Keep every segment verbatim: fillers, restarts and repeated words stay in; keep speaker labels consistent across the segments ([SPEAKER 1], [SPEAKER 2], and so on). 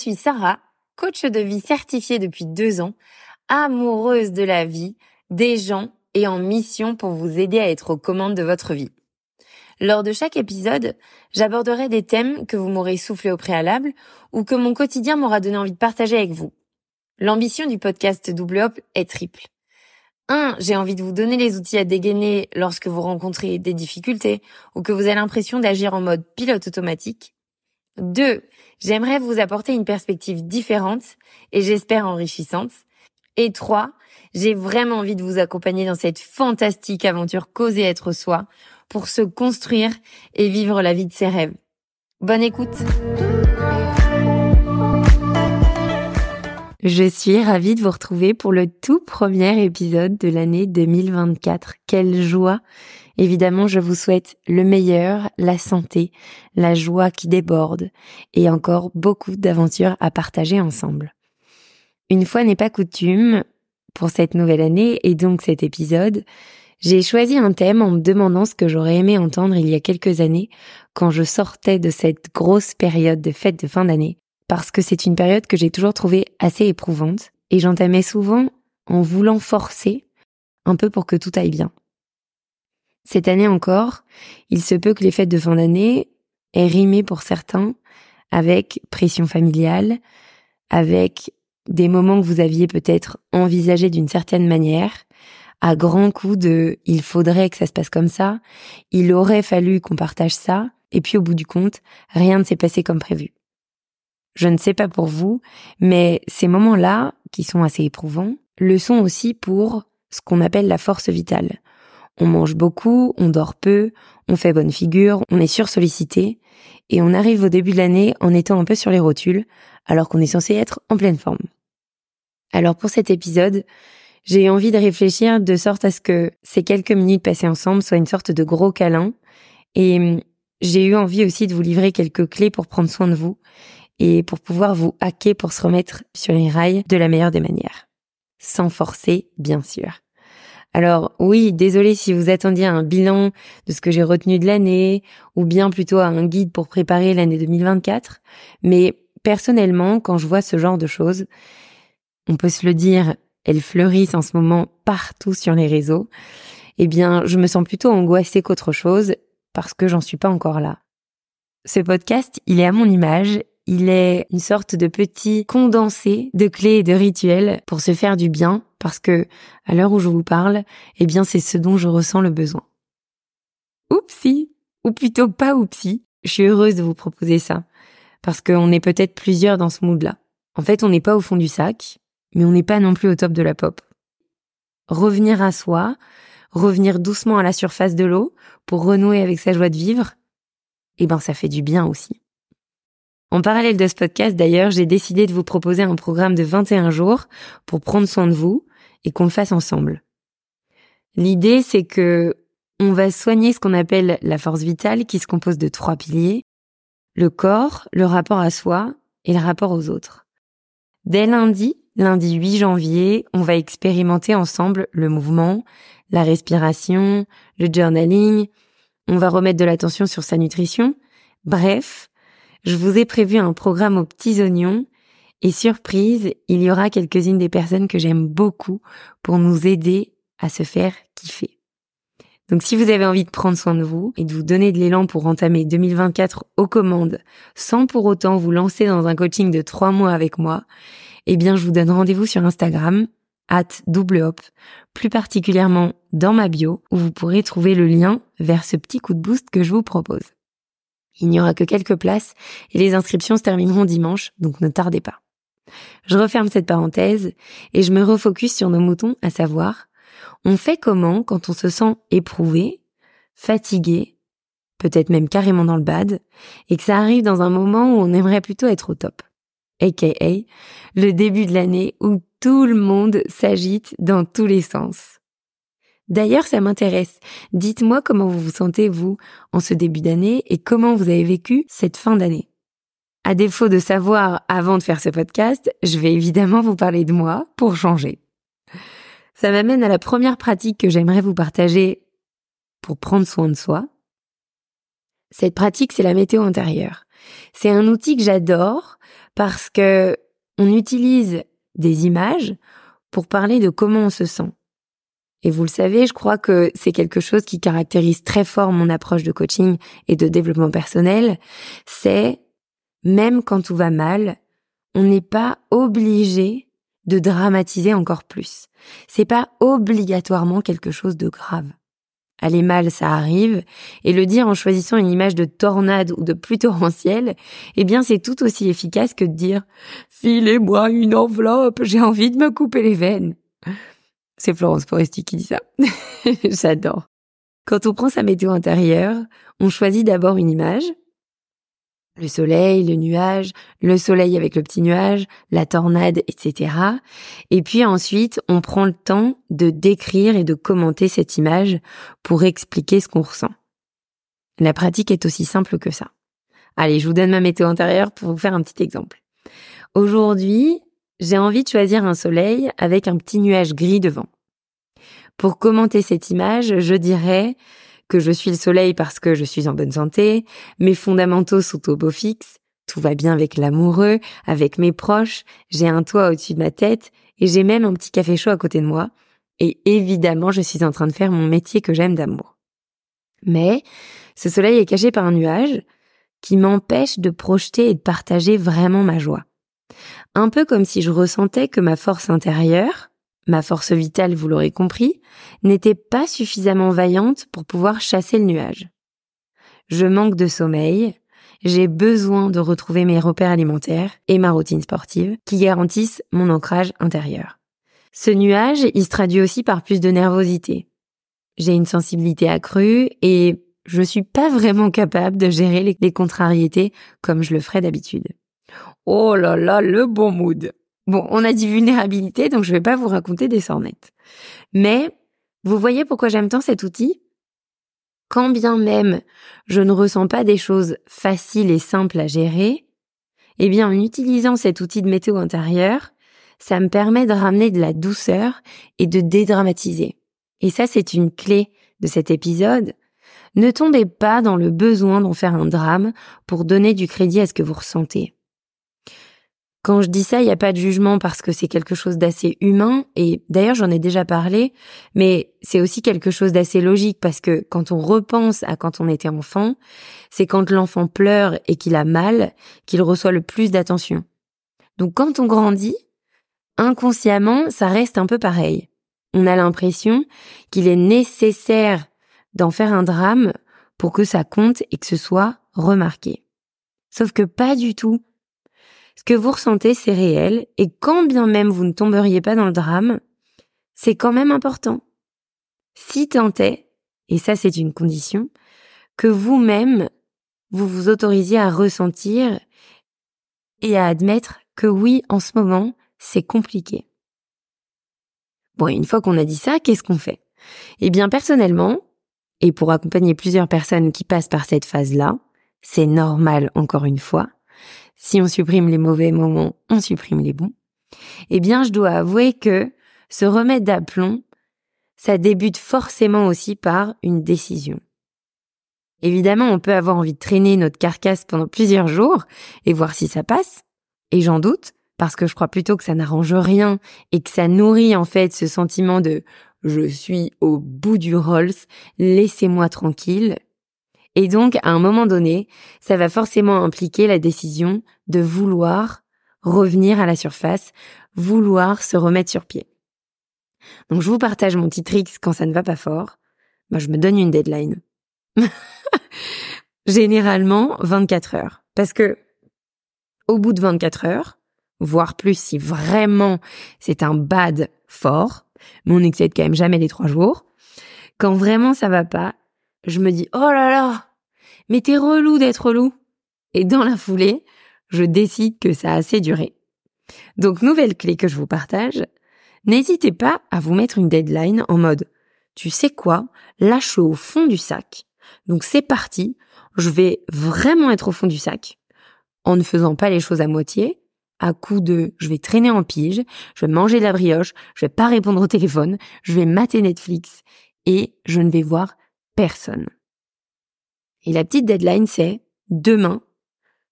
[SPEAKER 1] suis Sarah, coach de vie certifiée depuis deux ans, amoureuse de la vie, des gens et en mission pour vous aider à être aux commandes de votre vie. Lors de chaque épisode, j'aborderai des thèmes que vous m'aurez soufflés au préalable ou que mon quotidien m'aura donné envie de partager avec vous. L'ambition du podcast Double Hop est triple. un. J'ai envie de vous donner les outils à dégainer lorsque vous rencontrez des difficultés ou que vous avez l'impression d'agir en mode pilote automatique. deux. J'aimerais vous apporter une perspective différente et j'espère enrichissante. Et trois. J'ai vraiment envie de vous accompagner dans cette fantastique aventure qu'oser être soi pour se construire et vivre la vie de ses rêves. Bonne écoute! Je suis ravie de vous retrouver pour le tout premier épisode de l'année deux mille vingt-quatre. Quelle joie! Évidemment, je vous souhaite le meilleur, la santé, la joie qui déborde et encore beaucoup d'aventures à partager ensemble. Une fois n'est pas coutume, pour cette nouvelle année et donc cet épisode, j'ai choisi un thème en me demandant ce que j'aurais aimé entendre il y a quelques années quand je sortais de cette grosse période de fête de fin d'année. Parce que c'est une période que j'ai toujours trouvée assez éprouvante et j'entamais souvent en voulant forcer un peu pour que tout aille bien. Cette année encore, il se peut que les fêtes de fin d'année aient rimé pour certains avec pression familiale, avec des moments que vous aviez peut-être envisagés d'une certaine manière, à grands coups de « il faudrait que ça se passe comme ça »,« il aurait fallu qu'on partage ça », et puis au bout du compte, rien ne s'est passé comme prévu. Je ne sais pas pour vous, mais ces moments-là, qui sont assez éprouvants, le sont aussi pour ce qu'on appelle la force vitale. On mange beaucoup, on dort peu, on fait bonne figure, on est sursollicité, et on arrive au début de l'année en étant un peu sur les rotules, alors qu'on est censé être en pleine forme. Alors pour cet épisode, j'ai envie de réfléchir de sorte à ce que ces quelques minutes passées ensemble soient une sorte de gros câlin, et j'ai eu envie aussi de vous livrer quelques clés pour prendre soin de vous, et pour pouvoir vous hacker pour se remettre sur les rails de la meilleure des manières. Sans forcer, bien sûr. Alors oui, désolé si vous attendiez à un bilan de ce que j'ai retenu de l'année, ou bien plutôt à un guide pour préparer l'année deux mille vingt-quatre, mais personnellement, quand je vois ce genre de choses, on peut se le dire, elles fleurissent en ce moment partout sur les réseaux, eh bien je me sens plutôt angoissée qu'autre chose, parce que j'en suis pas encore là. Ce podcast, il est à mon image. Il est une sorte de petit condensé de clés et de rituels pour se faire du bien parce que, à l'heure où je vous parle, eh bien, c'est ce dont je ressens le besoin. Oupsie! Ou plutôt pas oupsie. Je suis heureuse de vous proposer ça parce qu'on est peut-être plusieurs dans ce mood-là. En fait, on n'est pas au fond du sac, mais on n'est pas non plus au top de la pop. Revenir à soi, revenir doucement à la surface de l'eau pour renouer avec sa joie de vivre, eh ben, ça fait du bien aussi. En parallèle de ce podcast, d'ailleurs, j'ai décidé de vous proposer un programme de vingt et un jours pour prendre soin de vous et qu'on le fasse ensemble. L'idée, c'est que on va soigner ce qu'on appelle la force vitale qui se compose de trois piliers, le corps, le rapport à soi et le rapport aux autres. Dès lundi, lundi huit janvier, on va expérimenter ensemble le mouvement, la respiration, le journaling, on va remettre de l'attention sur sa nutrition, bref, je vous ai prévu un programme aux petits oignons et surprise, il y aura quelques-unes des personnes que j'aime beaucoup pour nous aider à se faire kiffer. Donc si vous avez envie de prendre soin de vous et de vous donner de l'élan pour entamer deux mille vingt-quatre aux commandes sans pour autant vous lancer dans un coaching de trois mois avec moi, eh bien je vous donne rendez-vous sur Instagram, arobase double hop, plus particulièrement dans ma bio où vous pourrez trouver le lien vers ce petit coup de boost que je vous propose. Il n'y aura que quelques places et les inscriptions se termineront dimanche, donc ne tardez pas. Je referme cette parenthèse et je me refocus sur nos moutons, à savoir, on fait comment quand on se sent éprouvé, fatigué, peut-être même carrément dans le bad, et que ça arrive dans un moment où on aimerait plutôt être au top, aka le début de l'année où tout le monde s'agite dans tous les sens. D'ailleurs, ça m'intéresse. Dites-moi comment vous vous sentez, vous, en ce début d'année et comment vous avez vécu cette fin d'année. À défaut de savoir avant de faire ce podcast, je vais évidemment vous parler de moi pour changer. Ça m'amène à la première pratique que j'aimerais vous partager pour prendre soin de soi. Cette pratique, c'est la météo intérieure. C'est un outil que j'adore parce que on utilise des images pour parler de comment on se sent. Et vous le savez, je crois que c'est quelque chose qui caractérise très fort mon approche de coaching et de développement personnel. C'est, même quand tout va mal, on n'est pas obligé de dramatiser encore plus. C'est pas obligatoirement quelque chose de grave. Aller mal, ça arrive, et le dire en choisissant une image de tornade ou de pluie torrentielle, eh bien c'est tout aussi efficace que de dire « Filez-moi une enveloppe, j'ai envie de me couper les veines ». C'est Florence Foresti qui dit ça. J'adore. Quand on prend sa météo intérieure, on choisit d'abord une image. Le soleil, le nuage, le soleil avec le petit nuage, la tornade, et cetera. Et puis ensuite, on prend le temps de décrire et de commenter cette image pour expliquer ce qu'on ressent. La pratique est aussi simple que ça. Allez, je vous donne ma météo intérieure pour vous faire un petit exemple. Aujourd'hui, j'ai envie de choisir un soleil avec un petit nuage gris devant. Pour commenter cette image, je dirais que je suis le soleil parce que je suis en bonne santé, mes fondamentaux sont au beau fixe, tout va bien avec l'amoureux, avec mes proches, j'ai un toit au-dessus de ma tête et j'ai même un petit café chaud à côté de moi. Et évidemment, je suis en train de faire mon métier que j'aime d'amour. Mais ce soleil est caché par un nuage qui m'empêche de projeter et de partager vraiment ma joie. Un peu comme si je ressentais que ma force intérieure, ma force vitale, vous l'aurez compris, n'était pas suffisamment vaillante pour pouvoir chasser le nuage. Je manque de sommeil, j'ai besoin de retrouver mes repères alimentaires et ma routine sportive qui garantissent mon ancrage intérieur. Ce nuage, il se traduit aussi par plus de nervosité. J'ai une sensibilité accrue et je suis pas vraiment capable de gérer les, les contrariétés comme je le ferais d'habitude. Oh là là, le bon mood. Bon, on a dit vulnérabilité, donc je vais pas vous raconter des sornettes. Mais, vous voyez pourquoi j'aime tant cet outil ? Quand bien même je ne ressens pas des choses faciles et simples à gérer, eh bien en utilisant cet outil de météo intérieure, ça me permet de ramener de la douceur et de dédramatiser. Et ça, c'est une clé de cet épisode. Ne tombez pas dans le besoin d'en faire un drame pour donner du crédit à ce que vous ressentez. Quand je dis ça, il n'y a pas de jugement parce que c'est quelque chose d'assez humain et d'ailleurs j'en ai déjà parlé, mais c'est aussi quelque chose d'assez logique parce que quand on repense à quand on était enfant, c'est quand l'enfant pleure et qu'il a mal qu'il reçoit le plus d'attention. Donc quand on grandit, inconsciemment, ça reste un peu pareil. On a l'impression qu'il est nécessaire d'en faire un drame pour que ça compte et que ce soit remarqué. Sauf que pas du tout. Ce que vous ressentez, c'est réel, et quand bien même vous ne tomberiez pas dans le drame, c'est quand même important. Si tant est, et ça c'est une condition, que vous-même, vous vous autorisiez à ressentir et à admettre que oui, en ce moment, c'est compliqué. Bon, une fois qu'on a dit ça, qu'est-ce qu'on fait ? Eh bien, personnellement, et pour accompagner plusieurs personnes qui passent par cette phase-là, c'est normal encore une fois, si on supprime les mauvais moments, on supprime les bons. Eh bien, je dois avouer que se remettre d'aplomb, ça débute forcément aussi par une décision. Évidemment, on peut avoir envie de traîner notre carcasse pendant plusieurs jours et voir si ça passe. Et j'en doute, parce que je crois plutôt que ça n'arrange rien et que ça nourrit en fait ce sentiment de « je suis au bout du Rolls, laissez-moi tranquille ». Et donc, à un moment donné, ça va forcément impliquer la décision de vouloir revenir à la surface, vouloir se remettre sur pied. Donc, je vous partage mon petit trick quand ça ne va pas fort. Ben, je me donne une deadline. Généralement, vingt-quatre heures. Parce que, au bout de vingt-quatre heures, voire plus si vraiment c'est un bad fort, mais on n'excède quand même jamais les trois jours, quand vraiment ça va pas, je me dis « Oh là là, mais t'es relou d'être relou !» Et dans la foulée, je décide que ça a assez duré. Donc, nouvelle clé que je vous partage, n'hésitez pas à vous mettre une deadline en mode « Tu sais quoi, là je suis au fond du sac, donc c'est parti, je vais vraiment être au fond du sac, en ne faisant pas les choses à moitié, à coup de je vais traîner en pige, je vais manger de la brioche, je vais pas répondre au téléphone, je vais mater Netflix et je ne vais voir personne. » Et la petite deadline, c'est demain,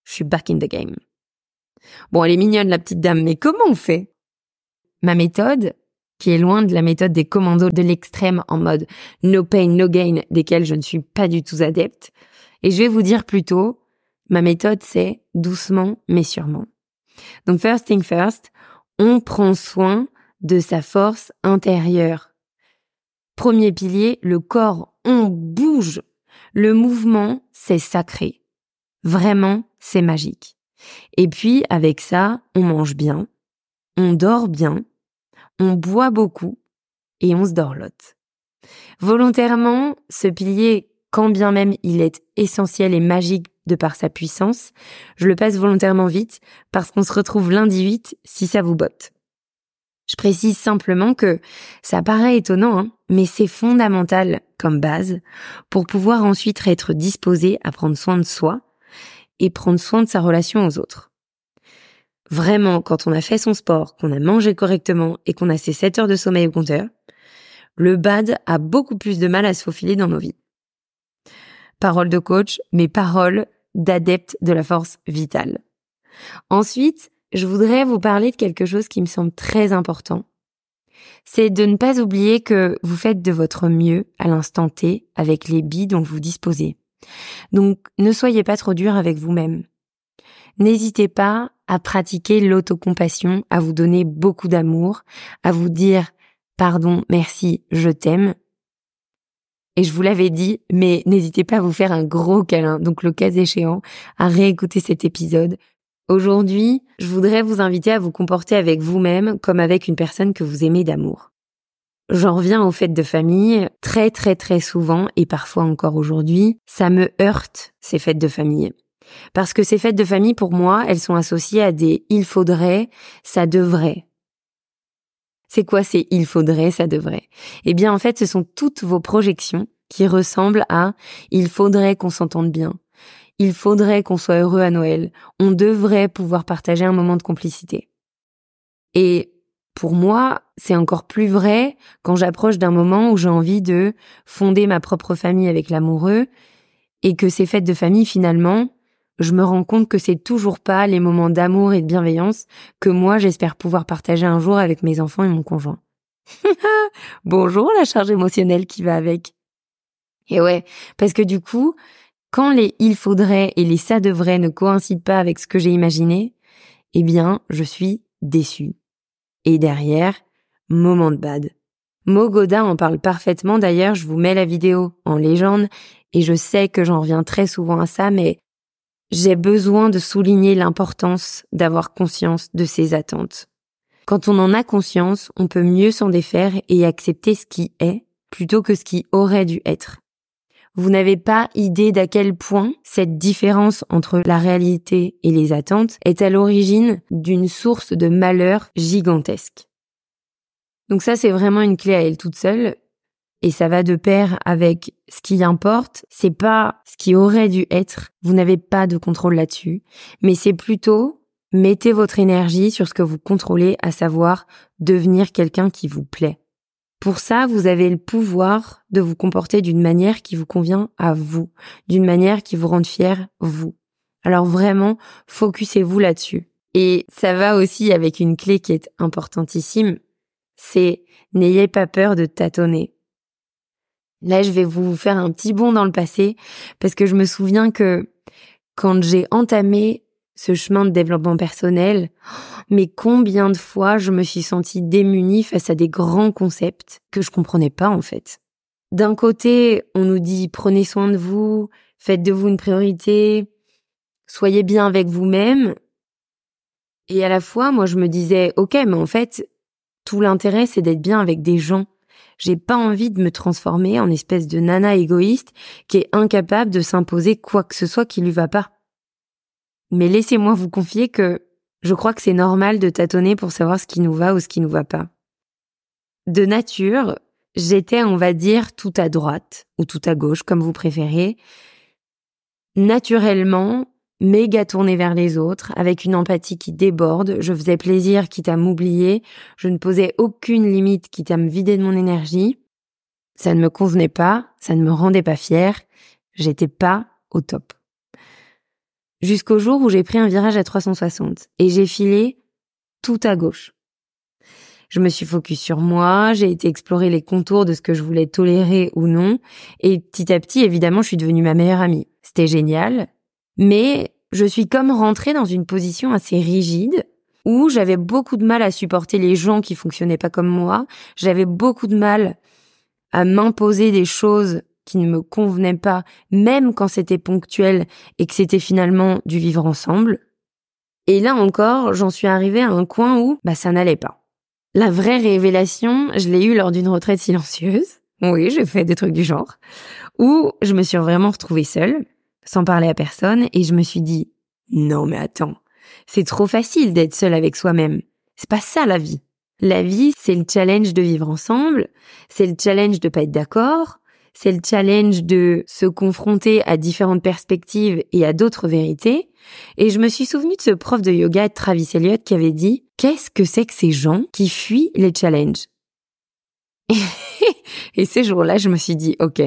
[SPEAKER 1] je suis back in the game. Bon, elle est mignonne la petite dame, mais comment on fait ? Ma méthode, qui est loin de la méthode des commandos de l'extrême en mode no pain, no gain, desquels je ne suis pas du tout adepte, et je vais vous dire plutôt, ma méthode c'est doucement mais sûrement. Donc first thing first, on prend soin de sa force intérieure. Premier pilier, le corps, on bouge. Le mouvement, c'est sacré. Vraiment, c'est magique. Et puis, avec ça, on mange bien, on dort bien, on boit beaucoup et on se dorlote. Volontairement, ce pilier, quand bien même il est essentiel et magique de par sa puissance, je le passe volontairement vite parce qu'on se retrouve lundi huit si ça vous botte. Je précise simplement que ça paraît étonnant, hein, mais c'est fondamental comme base pour pouvoir ensuite être disposé à prendre soin de soi et prendre soin de sa relation aux autres. Vraiment, quand on a fait son sport, qu'on a mangé correctement et qu'on a ses sept heures de sommeil au compteur, le bad a beaucoup plus de mal à se faufiler dans nos vies. Parole de coach, mais parole d'adepte de la force vitale. Ensuite, je voudrais vous parler de quelque chose qui me semble très important. C'est de ne pas oublier que vous faites de votre mieux à l'instant T avec les billes dont vous disposez. Donc, ne soyez pas trop dur avec vous-même. N'hésitez pas à pratiquer l'autocompassion, à vous donner beaucoup d'amour, à vous dire « pardon, merci, je t'aime ». Et je vous l'avais dit, mais n'hésitez pas à vous faire un gros câlin, donc le cas échéant, à réécouter cet épisode. Aujourd'hui, je voudrais vous inviter à vous comporter avec vous-même comme avec une personne que vous aimez d'amour. J'en reviens aux fêtes de famille, très très très souvent, et parfois encore aujourd'hui, ça me heurte, ces fêtes de famille. Parce que ces fêtes de famille, pour moi, elles sont associées à des « il faudrait »,« ça devrait ». C'est quoi ces « il faudrait », « ça devrait » ? Eh bien, en fait, ce sont toutes vos projections qui ressemblent à « il faudrait qu'on s'entende bien », « il faudrait qu'on soit heureux à Noël », « on devrait pouvoir partager un moment de complicité ». Et pour moi, c'est encore plus vrai quand j'approche d'un moment où j'ai envie de fonder ma propre famille avec l'amoureux et que ces fêtes de famille, finalement, je me rends compte que c'est toujours pas les moments d'amour et de bienveillance que moi, j'espère pouvoir partager un jour avec mes enfants et mon conjoint. Bonjour la charge émotionnelle qui va avec. Et ouais, parce que du coup, quand les « il faudrait » et les « ça devrait » ne coïncident pas avec ce que j'ai imaginé, eh bien, je suis déçue. Et derrière, moment de bad. Mo Godin en parle parfaitement, d'ailleurs, je vous mets la vidéo en légende, et je sais que j'en reviens très souvent à ça, mais j'ai besoin de souligner l'importance d'avoir conscience de ces attentes. Quand on en a conscience, on peut mieux s'en défaire et accepter ce qui est, plutôt que ce qui aurait dû être. Vous n'avez pas idée d'à quel point cette différence entre la réalité et les attentes est à l'origine d'une source de malheur gigantesque. Donc ça, c'est vraiment une clé à elle toute seule. Et ça va de pair avec ce qui importe. C'est pas ce qui aurait dû être. Vous n'avez pas de contrôle là-dessus. Mais c'est plutôt, mettez votre énergie sur ce que vous contrôlez, à savoir devenir quelqu'un qui vous plaît. Pour ça, vous avez le pouvoir de vous comporter d'une manière qui vous convient à vous, d'une manière qui vous rende fier, vous. Alors vraiment, focussez-vous là-dessus. Et ça va aussi avec une clé qui est importantissime, c'est n'ayez pas peur de tâtonner. Là, je vais vous faire un petit bond dans le passé, parce que je me souviens que quand j'ai entamé ce chemin de développement personnel, mais combien de fois je me suis sentie démunie face à des grands concepts que je comprenais pas en fait. D'un côté, on nous dit prenez soin de vous, faites de vous une priorité, soyez bien avec vous-même. Et à la fois, moi je me disais ok, mais en fait, tout l'intérêt c'est d'être bien avec des gens. J'ai pas envie de me transformer en espèce de nana égoïste qui est incapable de s'imposer quoi que ce soit qui lui va pas. Mais laissez-moi vous confier que je crois que c'est normal de tâtonner pour savoir ce qui nous va ou ce qui nous va pas. De nature, j'étais, on va dire, tout à droite ou tout à gauche, comme vous préférez. Naturellement, méga tournée vers les autres, avec une empathie qui déborde. Je faisais plaisir quitte à m'oublier. Je ne posais aucune limite quitte à me vider de mon énergie. Ça ne me convenait pas, ça ne me rendait pas fière. J'étais pas au top. Jusqu'au jour où j'ai pris un virage à trois cent soixante et j'ai filé tout à gauche. Je me suis focus sur moi, j'ai été explorer les contours de ce que je voulais tolérer ou non, et petit à petit, évidemment, je suis devenue ma meilleure amie. C'était génial, mais je suis comme rentrée dans une position assez rigide, où j'avais beaucoup de mal à supporter les gens qui fonctionnaient pas comme moi, j'avais beaucoup de mal à m'imposer des choses qui ne me convenaient pas, même quand c'était ponctuel et que c'était finalement du vivre ensemble. Et là encore, j'en suis arrivée à un coin où bah ça n'allait pas. La vraie révélation, je l'ai eue lors d'une retraite silencieuse. Oui, j'ai fait des trucs du genre. Où je me suis vraiment retrouvée seule, sans parler à personne, et je me suis dit, non mais attends, c'est trop facile d'être seule avec soi-même. C'est pas ça la vie. La vie, c'est le challenge de vivre ensemble, c'est le challenge de pas être d'accord, c'est le challenge de se confronter à différentes perspectives et à d'autres vérités. Et je me suis souvenue de ce prof de yoga, Travis Elliott, qui avait dit « Qu'est-ce que c'est que ces gens qui fuient les challenges ?» Et ces jours-là, je me suis dit « Ok,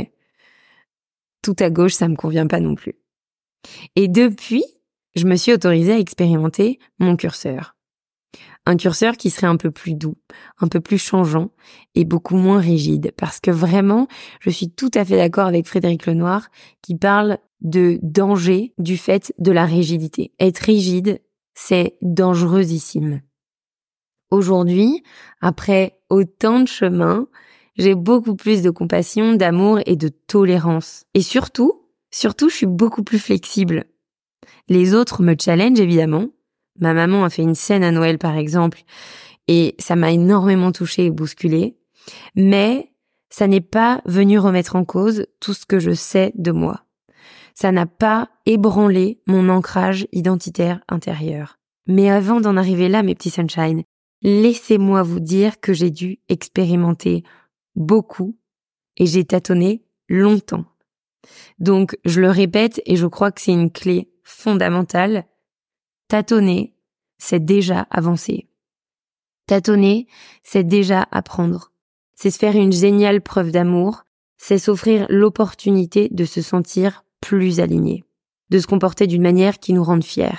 [SPEAKER 1] tout à gauche, ça me convient pas non plus. » Et depuis, je me suis autorisée à expérimenter mon curseur. Un curseur qui serait un peu plus doux, un peu plus changeant et beaucoup moins rigide. Parce que vraiment, je suis tout à fait d'accord avec Frédéric Lenoir qui parle de danger du fait de la rigidité. Être rigide, c'est dangereuxissime. Aujourd'hui, après autant de chemin, j'ai beaucoup plus de compassion, d'amour et de tolérance. Et surtout, surtout, je suis beaucoup plus flexible. Les autres me challengent évidemment. Ma maman a fait une scène à Noël, par exemple, et ça m'a énormément touchée et bousculée. Mais ça n'est pas venu remettre en cause tout ce que je sais de moi. Ça n'a pas ébranlé mon ancrage identitaire intérieur. Mais avant d'en arriver là, mes petits sunshine, laissez-moi vous dire que j'ai dû expérimenter beaucoup et j'ai tâtonné longtemps. Donc, je le répète et je crois que c'est une clé fondamentale. Tâtonner, c'est déjà avancer. Tâtonner, c'est déjà apprendre. C'est se faire une géniale preuve d'amour. C'est s'offrir l'opportunité de se sentir plus aligné, de se comporter d'une manière qui nous rende fiers.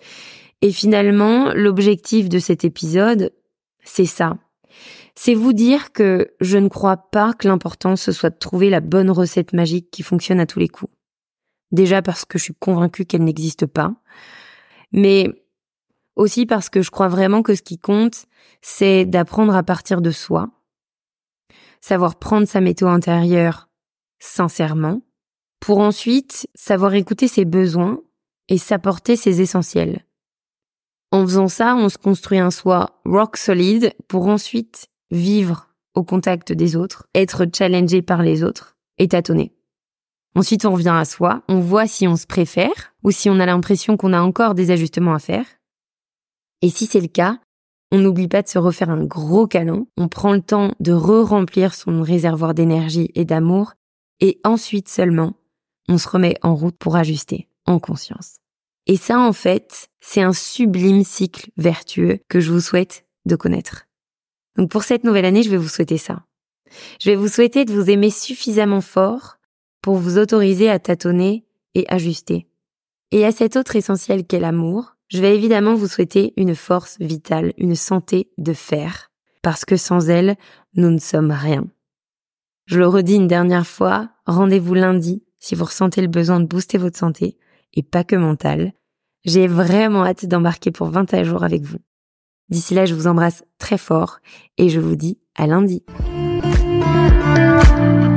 [SPEAKER 1] Et finalement, l'objectif de cet épisode, c'est ça. C'est vous dire que je ne crois pas que l'important ce soit de trouver la bonne recette magique qui fonctionne à tous les coups. Déjà parce que je suis convaincue qu'elle n'existe pas, mais aussi parce que je crois vraiment que ce qui compte, c'est d'apprendre à partir de soi, savoir prendre sa météo intérieure sincèrement, pour ensuite savoir écouter ses besoins et s'apporter ses essentiels. En faisant ça, on se construit un soi rock solide pour ensuite vivre au contact des autres, être challengé par les autres et tâtonner. Ensuite, on revient à soi, on voit si on se préfère ou si on a l'impression qu'on a encore des ajustements à faire. Et si c'est le cas, on n'oublie pas de se refaire un gros câlin, on prend le temps de re-remplir son réservoir d'énergie et d'amour et ensuite seulement, on se remet en route pour ajuster en conscience. Et ça, en fait, c'est un sublime cycle vertueux que je vous souhaite de connaître. Donc pour cette nouvelle année, je vais vous souhaiter ça. Je vais vous souhaiter de vous aimer suffisamment fort pour vous autoriser à tâtonner et ajuster. Et à cet autre essentiel qu'est l'amour, je vais évidemment vous souhaiter une force vitale, une santé de fer, parce que sans elle, nous ne sommes rien. Je le redis une dernière fois, rendez-vous lundi si vous ressentez le besoin de booster votre santé, et pas que mentale. J'ai vraiment hâte d'embarquer pour vingt-et-un jours avec vous. D'ici là, je vous embrasse très fort et je vous dis à lundi.